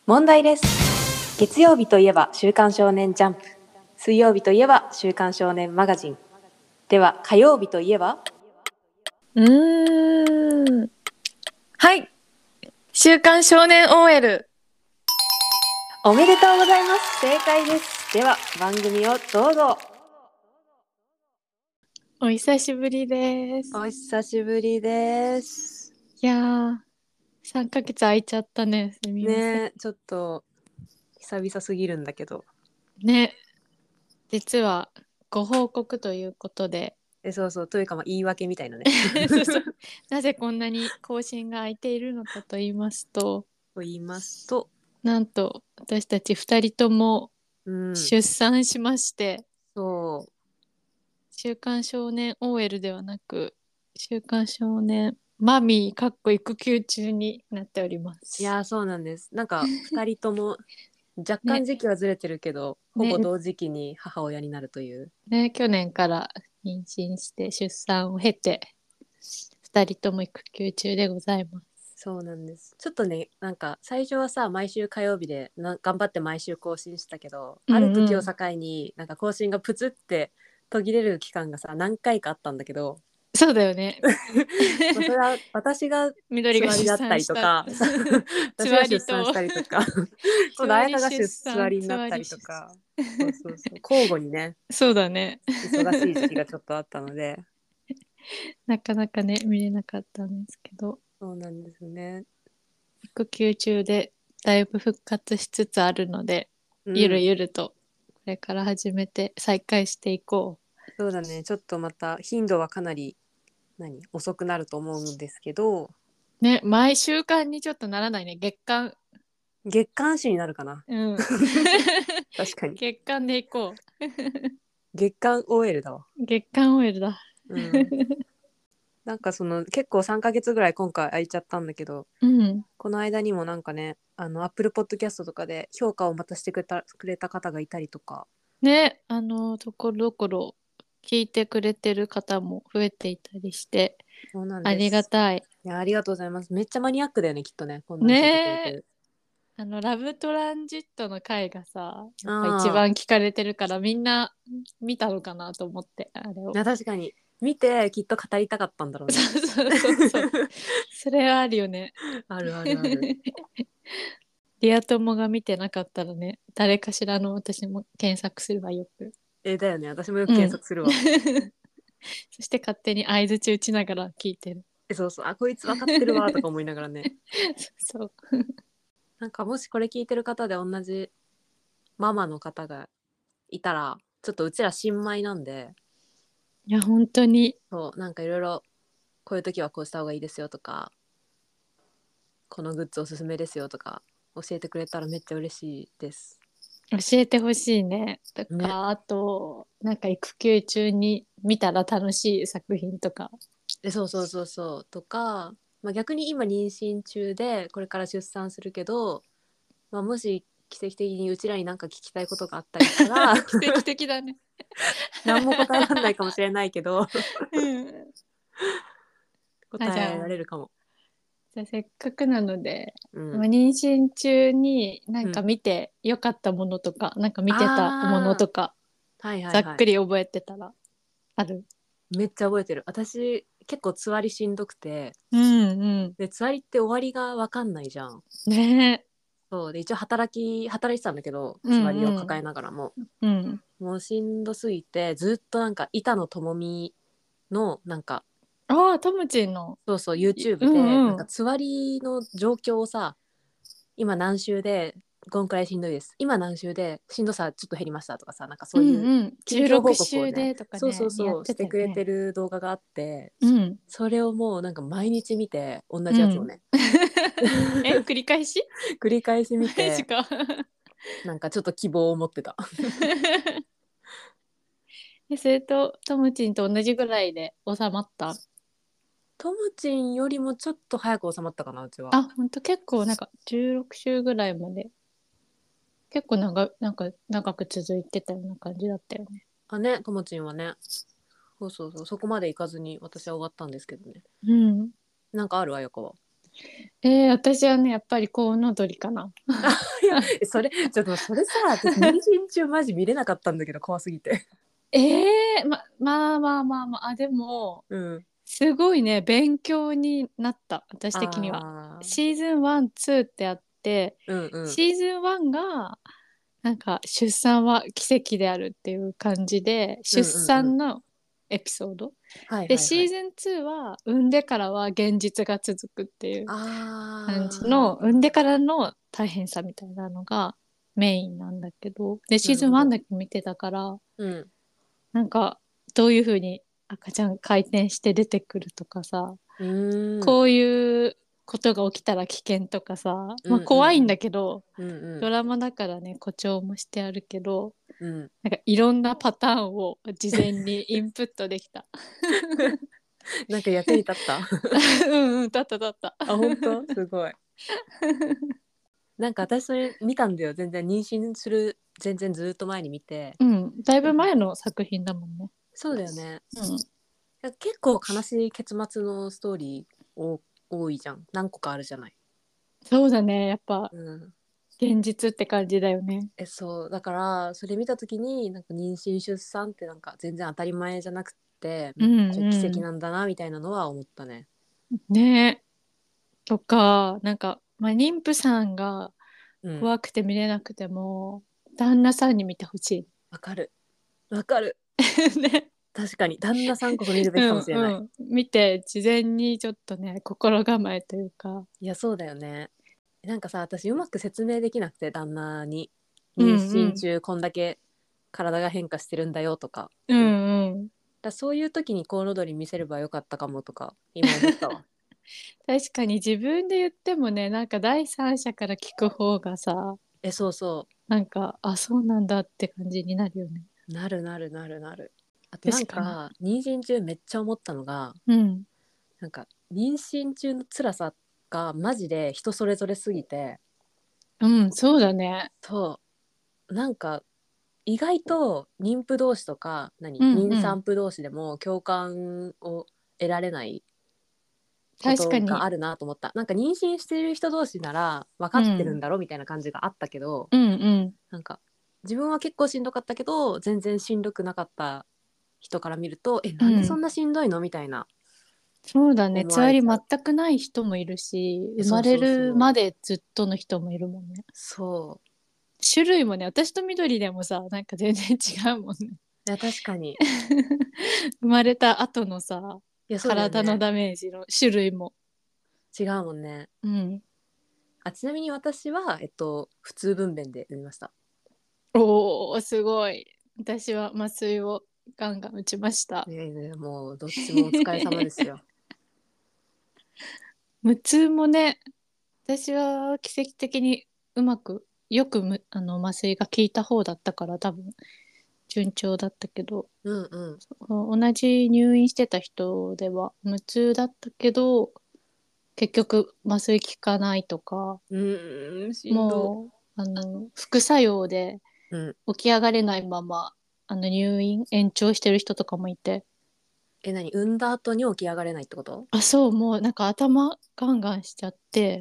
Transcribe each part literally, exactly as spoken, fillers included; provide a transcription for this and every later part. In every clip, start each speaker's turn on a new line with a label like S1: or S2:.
S1: 問題です。月曜日といえば週刊少年ジャンプ、水曜日といえば週刊少年マガジン、では火曜日といえば？
S2: うーんはい週刊少年 オーエル。
S1: おめでとうございます。正解です。では番組をどうぞ。
S2: お久しぶりです。
S1: お久しぶりです。
S2: いやーさんかげつ空いちゃったね。すみません
S1: ね。ちょっと久々すぎるんだけど
S2: ね。実はご報告ということで
S1: えそうそうというかまあ言い訳みたいなね
S2: そうそう、なぜこんなに更新が空いているのかと言いますと
S1: と言いますと、
S2: なんと私たちふたりとも
S1: うん、
S2: 出産しまして、
S1: そう
S2: 週刊少年 オーエル ではなく週刊少年マミーかっこ育休中になっておりま
S1: い
S2: す。
S1: やーそうなんです。なんかふたりとも若干
S2: ね
S1: 時期はずれてるけど、ほぼ
S2: ね
S1: 同時期に母親になるという。
S2: ね、去年から妊娠して出産を経てふたりとも育休中でございます。
S1: そうなんです。ちょっとね、なんか最初はさ、毎週火曜日でな頑張って毎週更新したけど、
S2: うん
S1: ある時
S2: うん、
S1: を境になんか更新がプツって途切れる期間がさ、何回かあったんだけど、
S2: そうだよね。
S1: まあそれは私がつ
S2: 緑が出
S1: わりだった
S2: 産した。
S1: りとか、さ
S2: つ
S1: 私が出
S2: わりと
S1: 産したりとか、
S2: つ
S1: 今度
S2: わり出
S1: 彩香が出つわ
S2: 産、
S1: りになったり
S2: つわり出
S1: とか、そう
S2: 産。
S1: そうそう、交互にね、
S2: そうだね。
S1: 忙しい時期がちょっとあったので、
S2: なかなかね見れなかったんですけど、
S1: そうなんですね。
S2: 育休中でだいぶ復活しつつあるので、ゆる
S1: うん。
S2: ゆるとこれから始めて再開していこ
S1: そうだね。ちょっとまた頻度はかなり何遅くなると思うんですけど、
S2: う。ね、毎週間にちょっとならないね。月間。
S1: 月刊誌になるかな。
S2: うん。
S1: 確かに。
S2: 月間でいこ
S1: 月刊 オーエル だわ。
S2: う。月間 オーエル だ。
S1: うん。なんかその結構さんかげつぐらい今回空いちゃったんだけど、
S2: うん。
S1: この間にもなんかね、あの Apple Podcast とかで評価をまたしてくれたくれた方がいたりとか。
S2: ね、あの、ところどころ聞いてくれてる方も増えていたりして、
S1: そうなん
S2: ありが
S1: です。
S2: たい。
S1: いや、ありがとうございます。めっちゃマニアックだよね、きっとね。こんなん聞いてくれて
S2: ねえ。
S1: る。
S2: あの、ラブトランジットの回がさ、やっぱ一
S1: ああ。
S2: 番聞かれてるからみんな見たのかなと思って、あれを。
S1: いや確かに。見てきっと語りたかったんだろうね。
S2: そうそうそうそう。それはあるよね。
S1: あるあるある。
S2: リア友が見てなかったらね、誰かしらの私も検索するわ、よく。
S1: えだよね。私もよく
S2: うん。
S1: 検索するわ。
S2: そして勝手に相槌打ちながら聞いてる。
S1: えそうそう。あ、こいつ分かってるわとか思いながらね。
S2: そう。
S1: なんかもしこれ聞いてる方で同じママの方がいたら、ちょっとうちら新米なんで、
S2: いや、本当に
S1: そうなんかいろいろこういう時はこうした方がいいですよとか、このグッズおすすめですよとか教えてくれたらめっちゃ嬉しいです。
S2: 教えてほしいね。と
S1: ね。
S2: か、あと、なんか育休中に見たら楽しい作品とか。
S1: でそうそうそうそうとか、まあ、逆に今妊娠中でこれから出産するけど、まあ、もし奇跡的にうちらになんか聞きたいことがあったりしたら
S2: 奇跡的だね。
S1: 何も答えられないかもしれないけど
S2: うん。あ、じ
S1: 答えら
S2: ゃあ、
S1: れるかも。
S2: じゃあせっかくなので、まあ、
S1: うん。
S2: 妊娠中になんか
S1: うん。
S2: 見てよかったものとか、なんか見てたもの
S1: あ
S2: とか、
S1: あ、はいはい
S2: ざっ
S1: はい。
S2: くり覚えてたらある？
S1: めっちゃ覚えてる。私結構つわりしんどくて、
S2: うんうん。
S1: でつわりって終わりが分かんないじゃん。
S2: ねえ。
S1: そうで一応働き働いてたんだけど、
S2: う
S1: つわりを
S2: んうん。
S1: 抱えながらも
S2: うん。
S1: もうしんどすぎて、ずっとなんか板野友美のなんか、
S2: ああ、トムチンの。
S1: そうそう
S2: う
S1: YouTube でなん
S2: んうん。
S1: かつわりの状況をさ、今何週でこんくらいしんどいです、今何週でしんどさちょっと減りましたとかさ、なんか
S2: う
S1: そういう
S2: んうん。
S1: 近況報
S2: じゅうろく
S1: 告をね、
S2: 週でとか
S1: そうそう
S2: ね、やっ
S1: そうしてくれ
S2: てたよね。
S1: てる動画があって、
S2: うん。
S1: それをもうなんか毎日見て同
S2: うん。
S1: じやつをね
S2: え、繰り返し？
S1: 繰り返し見て、
S2: マジか。
S1: なんかちょっと希望を持ってた
S2: え、それとトムチンと同じぐらいで収まった？
S1: トムチンよりもちょっと早く収まったかな、うちは。
S2: あ、ほんと結構なんかじゅうろく週ぐらいまで結構長なんか長く続いてたような感じだったよね。
S1: あね、トムチンはね、そうそうそう、そこまで行かずに私は終わったんですけどね。
S2: うん。
S1: なんかあるあやかは？
S2: えー、私はねやっぱりコウノドリかな。
S1: いやそれちょっとそれさ私妊娠中マジ見れなかったんだけど怖すぎて。
S2: えー、ままあまあまあまああでも
S1: うん。
S2: すごいね勉強になった私的には。
S1: ああ。
S2: シーズンワンツーってあって、
S1: うんうん。
S2: シーズンワンがなんか出産は奇跡であるっていう感じで出
S1: うんうんうん。
S2: 産のエピソードで、
S1: はいはいはい。
S2: シーズンツーは産んでからは現実が続くっていう感じの産んで
S1: あ
S2: からの大変さみたいなのがメインなんだけど、で
S1: ー、な
S2: シーズンワン
S1: るほど。
S2: だけ見てたから
S1: うん。
S2: なんかどういう風に赤ちゃん回転して出てくるとかさ、
S1: うーん。
S2: こういうことが起きたら危険とかさ、まあ
S1: うんうん
S2: 怖いんだけど、
S1: うんうんうん
S2: ドラマだからね誇張もしてあるけど、
S1: うん。
S2: なんかいろんなパターンを事前にインプットできた。
S1: なんか役に立った？
S2: うんうん、だっただった。
S1: あ、本当すごい。なんか私それ見たんだよ。全然妊娠する全然ずっと前に見て。
S2: うん、だい
S1: でも
S2: ぶ前の作品だもんね。
S1: そうだよね。
S2: うん。
S1: 結構悲しい結末のストーリーお多いじゃん。何個かあるじゃない。
S2: そうだね。やっぱ
S1: うん。
S2: 現実って感じだよね。
S1: え、そうだからそれ見た時になんか妊娠出産ってなんか全然当たり前じゃなくってめっ
S2: うん
S1: ちゃ奇跡
S2: う
S1: なんだなみたいなのは思ったね。
S2: ん。ね。とか、なんか、まあ、妊婦さんが
S1: うん。
S2: 怖くて見れなくても、旦那さんに見てほし
S1: わかる。わかる。
S2: い。ね。
S1: 確かに旦那さんこそ見るべ
S2: う
S1: きかもしれない。
S2: んうん。見て、事前にちょっとね、心構えというか。
S1: いやそうだよね。なんかさ私うまく説明できなくて旦那に
S2: う
S1: 妊
S2: んうん。
S1: 娠中こんだけ体が変化してるんだよとか、
S2: う
S1: うん、
S2: んうん。
S1: だそういう時にコウノドリ見せればよかったかもとか今思ったわ。
S2: 確かに自分で言ってもね、なんか第三者から聞く方がさ、
S1: え、そうそ
S2: なんか、あ、そうなんだって感じになるよね。
S1: う、なるなるなるなる。あとなん
S2: 確かに。
S1: か妊娠中めっちゃ思ったのが、
S2: うん。
S1: なんか妊娠中の辛さがマジで人それぞれすぎて、
S2: うん、そうだね。
S1: そうなんか意外と妊婦同士とか何
S2: うんうん。
S1: 妊産婦同士でも共感を得られないことが
S2: 確かに。
S1: あるなと思った。なんか妊娠してる人同士なら分かってるん
S2: うん。
S1: だろみたいな感じがあったけど、
S2: うんうん。
S1: なんか自分は結構しんどかったけど全然しんどくなかった人から見るとえなんでそ
S2: うん。
S1: んなしんどいのみたいな
S2: そうだね。つわり全
S1: 思われちゃう。
S2: くない人もいるし、生まれ
S1: えそうそうそう
S2: るまでずっとの人もいるもんね。
S1: そう。
S2: 種類もね、私と緑でもさ、なんか全然違うもんね。
S1: いや確かに。
S2: 生まれた後のさ、
S1: いやそうだよね。
S2: 体のダメージの種類も。
S1: 違うもんね。
S2: うん。
S1: あちなみに私はえっと普通分娩で産みました。
S2: おー、すごい。私は麻酔をガンガン打ちました。
S1: いやいやもうどっちもお疲れ様ですよ。
S2: 無痛もね、私は奇跡的にうまく、よくむあの麻酔が効いた方だったから多分順調だったけど、
S1: うんうん。
S2: 同じ入院してた人では無痛だったけど、結局麻酔効かないとか、
S1: うーんしんど。
S2: もう、あの、副作用で
S1: うん。
S2: 起き上がれないまま、あの入院延長してる人とかもいて、
S1: え何産んだ後に起き上がれないってこと？
S2: あ、そう、もうなんか頭ガンガンしちゃって、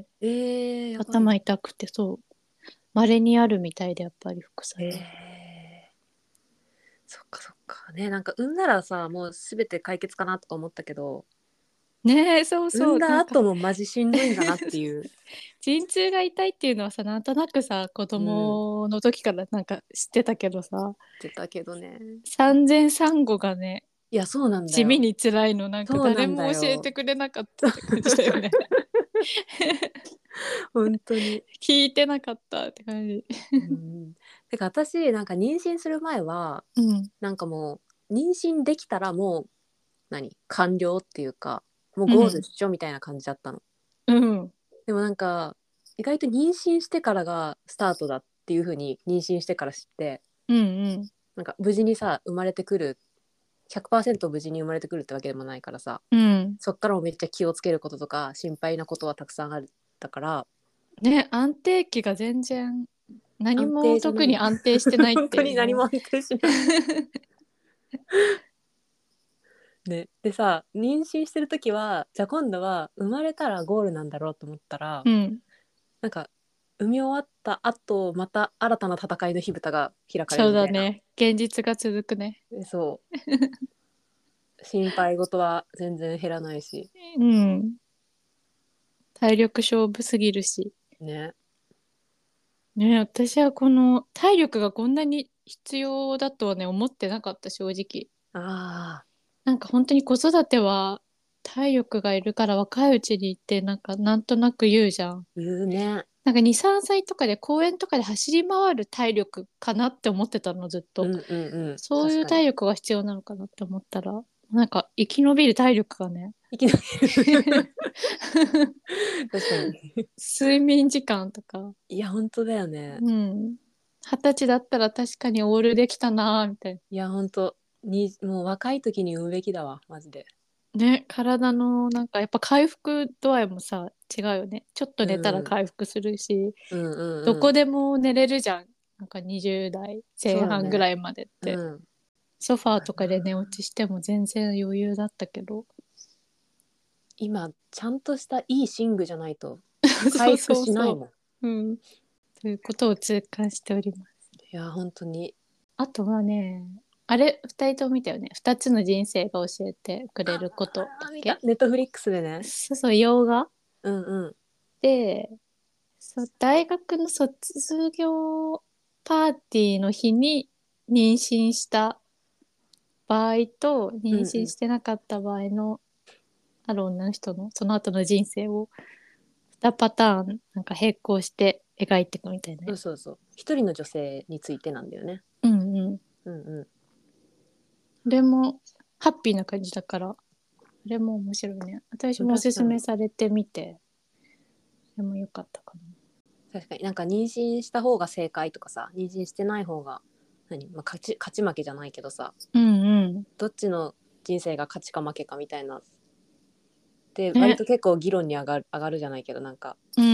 S1: えー、やばい
S2: 頭
S1: ね。
S2: 痛くて、そう、稀にあるみたいで、やっぱり副作用。
S1: えー、そっかそっかね。なんか産んだらさもう全て解決かなとか思ったけど
S2: ねえ、そう
S1: 産ん
S2: そう、なんか、
S1: だ後もマジしんどいんだなっていう。
S2: 陣痛が痛いっていうのはさ、なんとなくさ、子
S1: うん。
S2: 供の時からなんか知ってたけどさ、
S1: 言ってたけどね。
S2: 産前産後がね、
S1: いやそうなんだよ。
S2: 地味に辛いの、なんか
S1: そうなん
S2: 誰も教え
S1: だよ。
S2: てくれなかったって感じだよね。
S1: 本当に。
S2: 聞いてなかったって感じ。
S1: うん。てか私なんか妊娠する前は
S2: うん。
S1: なんかもう妊娠できたらもう何完了っていうかもう
S2: うん。
S1: ゴールっしょみたいな感じだったの。
S2: うん。
S1: でもなんか意外と妊娠してからがスタートだっていう風に妊娠してから知って、
S2: うん。うん。
S1: なんか無事にさ生まれてくるひゃくパーセント無事に生まれてくるってわけでもないからさ、
S2: うん。
S1: そっからもめっちゃ気をつけることとか心配なことはたくさんあったから。
S2: ね、安定期が全然何
S1: 安
S2: も
S1: 定じゃない。
S2: 特に安定してないっ
S1: 本当
S2: ていうね。
S1: に何も安定しない。 ね、でさ妊娠してる時はじゃあ今度は生まれたらゴールなんだろうと思ったら、
S2: うん。
S1: なんか産み終わった後また新たな戦いの火蓋が開かれ
S2: そう
S1: るみたいな。
S2: だね。現実が続くね。
S1: でそう心配事は全然減らないし
S2: うん。体力勝負すぎるし。
S1: ね。
S2: ね、私はこの体力がこんなに必要だとはね、思ってなかった、正直。
S1: ああ
S2: なんか本当に子育ては体力がいるから若いうちにって、なんかなんとなく言うじゃん。
S1: 言うね。
S2: なんかに、さんさいとかで公園とかで走り回る体力かなって思ってたの、ずっと。
S1: うんうんうん。
S2: そういう
S1: 確かに。
S2: 体力が必要なのかなって思ったら、なんか生き延びる体力がね、
S1: いきなり確かに。
S2: 睡眠時間とか、
S1: いや本当だよね。
S2: うん。二十歳だったら確かにオールできたなーみたい
S1: いや本当にもう若い時に産むべきだわマジで。
S2: な。ね、体のなんかやっぱ回復度合いもさ、違うよね。ちょっと
S1: う
S2: 寝たら
S1: ん
S2: 回復するし、
S1: うんうんうん。
S2: どこでも寝れるじゃん。なんかにじゅう代前
S1: そうだね。
S2: 半ぐらいまでって。
S1: うん。
S2: ソファー
S1: か
S2: とかで寝落
S1: な。
S2: ちしても全然余裕だったけど。
S1: 今ちゃんとしたいい寝具じゃないと
S2: そう
S1: 回復
S2: そうそ
S1: しないもん。
S2: う。うん。ということを痛感しております。
S1: いや本当に。
S2: あとはね、あれ、二人とも見たよね。二つの人生が教えてくれることだ
S1: あー見た。
S2: っけ？
S1: ネットフリックスでね。
S2: そうそう、洋画
S1: うんうん
S2: で、そう、大学の卒業パーティーの日に妊娠した場合と、妊娠
S1: うんうん。
S2: してなかった場合の、ある女の人のその後の人生をにパターンなんか並行して描いていくみたいなね。
S1: そうそうそう。一人の女性についてなんだよね。
S2: うんうん。
S1: うんう
S2: でも、ハッピーな感じだから、あれも面白いね。私
S1: ん。
S2: もおすす
S1: 確かに。
S2: めされてみて、でもよかったか
S1: 確かになんか妊娠した方が正解とかさ、妊娠してない方が何、まあ、勝ち勝ち負けじゃないけどさ、
S2: な。うんうん。
S1: どっちの人生が勝ちか負けかみたいなで割
S2: ね。
S1: と結構議論に上がる上がるじゃないけど、なんか
S2: うん。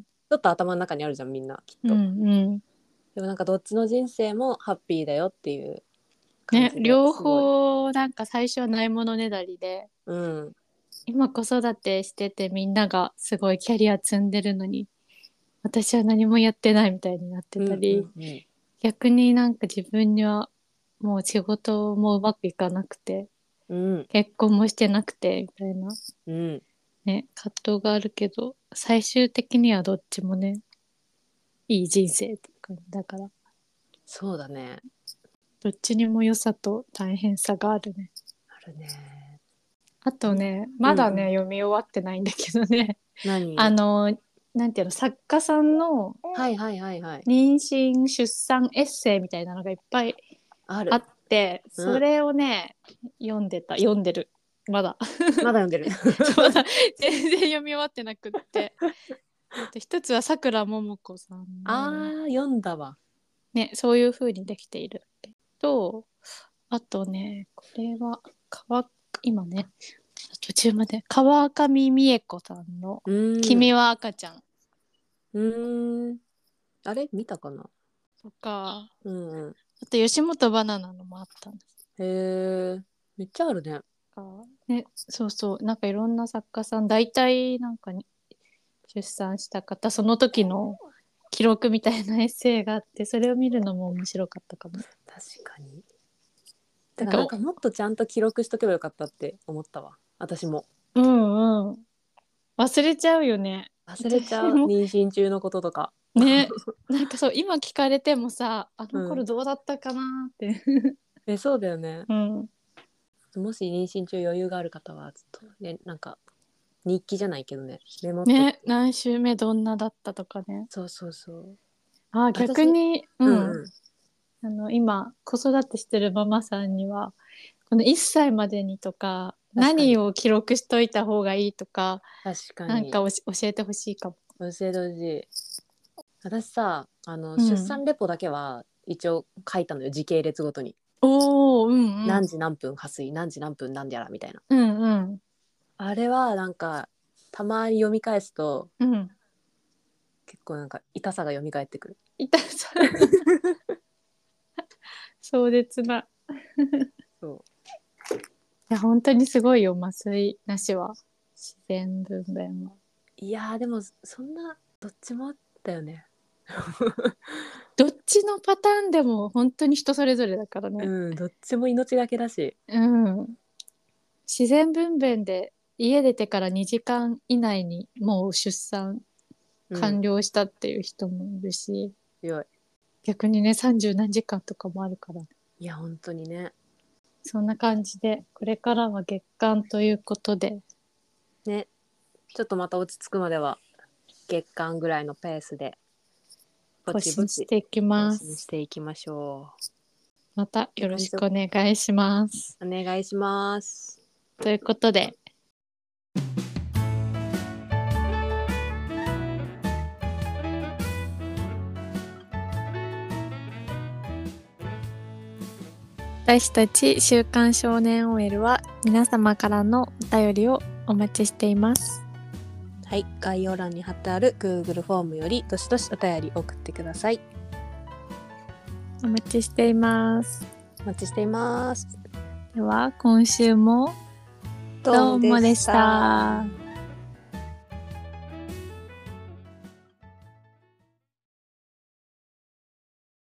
S1: ちょっと頭の中にあるじゃんみんなきっ
S2: う
S1: と。
S2: んうん。
S1: でもなんかどっちの人生もハッピーだよっていう感
S2: ね、
S1: じで
S2: 両
S1: すごい。
S2: 方なんか最初はないものねだりで、
S1: うん
S2: 今子育てしててみんながすごいキャリア積んでるのに、私は何もやってないみたいになって
S1: うんう
S2: たり、
S1: んうん
S2: 逆になんか自分にはもう仕事もうまくいかなくて、
S1: うん
S2: 結婚もしてなくてみたいな
S1: うん
S2: ね、葛藤があるけど、最終的にはどっちもね、いい人生っていう感じだから、
S1: そうだね。
S2: どっちにも良さと大変さがあるね。
S1: あるね。
S2: あとね、まだね、
S1: うんうん。
S2: 読み終わってないんだけどね、あ
S1: 何？
S2: の、なんていうの、作家さんの
S1: はいはいはいはい。
S2: 妊娠出産エッセイみたいなのがいっぱいあっ
S1: ある。
S2: て、
S1: うん。
S2: それをね、読んでた、読んでる。まだ。
S1: まだ読んでる。
S2: まだ全然読み終わってなくって。えっと、一つはさくらももこさん
S1: あ
S2: の、
S1: ー読んだわ。
S2: ね、そういう風にできていると、あとね、これは、川、今ね、途中まで、川上美恵子さんの、
S1: うーん
S2: 君は赤ちゃん
S1: うーん。あれ見たかな。
S2: とか、
S1: うんうん。
S2: あと吉本バナナのもあったんです
S1: へえ。めっちゃあるね。
S2: が、ね、そうそう、なんかいろんな作家さん、大体なんかに出産した方、その時の記録みたいなエッセイがあって、それを見るのも面白かったかも。
S1: 確かに。だ
S2: なんか、
S1: からなんかもっとちゃんと記録しとけばよかったって思ったわ。私も。
S2: うんうん。忘れちゃうよね。
S1: 忘れちゃう。
S2: 私も
S1: 妊娠中のこととか。
S2: ね、なんかそう、今聞かれてもさ、あの頃
S1: うん。
S2: どうだったかなって。
S1: え、そうだよね。
S2: うん。
S1: もし妊娠中余裕がある方は、ちょっとね、なんか日記じゃないけどね、メモっとい
S2: ね、
S1: て。
S2: 何週目どんなだったとかね。
S1: そうそうそう。
S2: あ、逆
S1: 私、
S2: に、うん。
S1: うんうん。
S2: あの、今、子育てしてるママさんには、このいっさいまでにとか、
S1: 確かに。
S2: 何を記録しといた方がいいとか、
S1: 確かに。
S2: なんかおし教えてほしいかも。
S1: 教えてほしい。私さ、あの、出
S2: うん。
S1: 産レポだけは一応書いたのよ、時系列ごとに。
S2: おー、うんうん。
S1: 何時何分破水、何時何分なんでやらみたいな。
S2: うんうん。
S1: あれはなんか、たまに読み返すと、
S2: うん。
S1: 結構なんか痛さが蘇ってくる。
S2: 痛さ、壮絶な。
S1: そう。
S2: や本当にすごいよ、麻酔なしは、自然分娩は。
S1: いやーでもそんなどっちもだよね。
S2: どっちのパターンでも本当に人それぞれだからね。
S1: うんどっちも命がけだし。
S2: うん。自然分娩で家出てからにじかん以内にもう出産
S1: うん
S2: 完了したっていう人もいるし、
S1: 強い。
S2: 逆にねさんじゅう何時間とかもあるから、
S1: いや本当にね。
S2: そんな感じでこれからは月間ということで、
S1: ねちょっとまた落ち着くまでは月間ぐらいのペースでぼ
S2: 更
S1: ちぼち
S2: 新していき
S1: 更
S2: ます。
S1: 新していきましょ
S2: またよろしくお願いします。
S1: う。お願いします。
S2: ということで、私たち週刊少年 オーエル は皆様からのお便りをお待ちしています。
S1: はい、概要欄に貼ってある Google フォームよりどしどしお便り送ってください。
S2: お待ちしています。
S1: お待ちしています。
S2: では今週もどうもでした。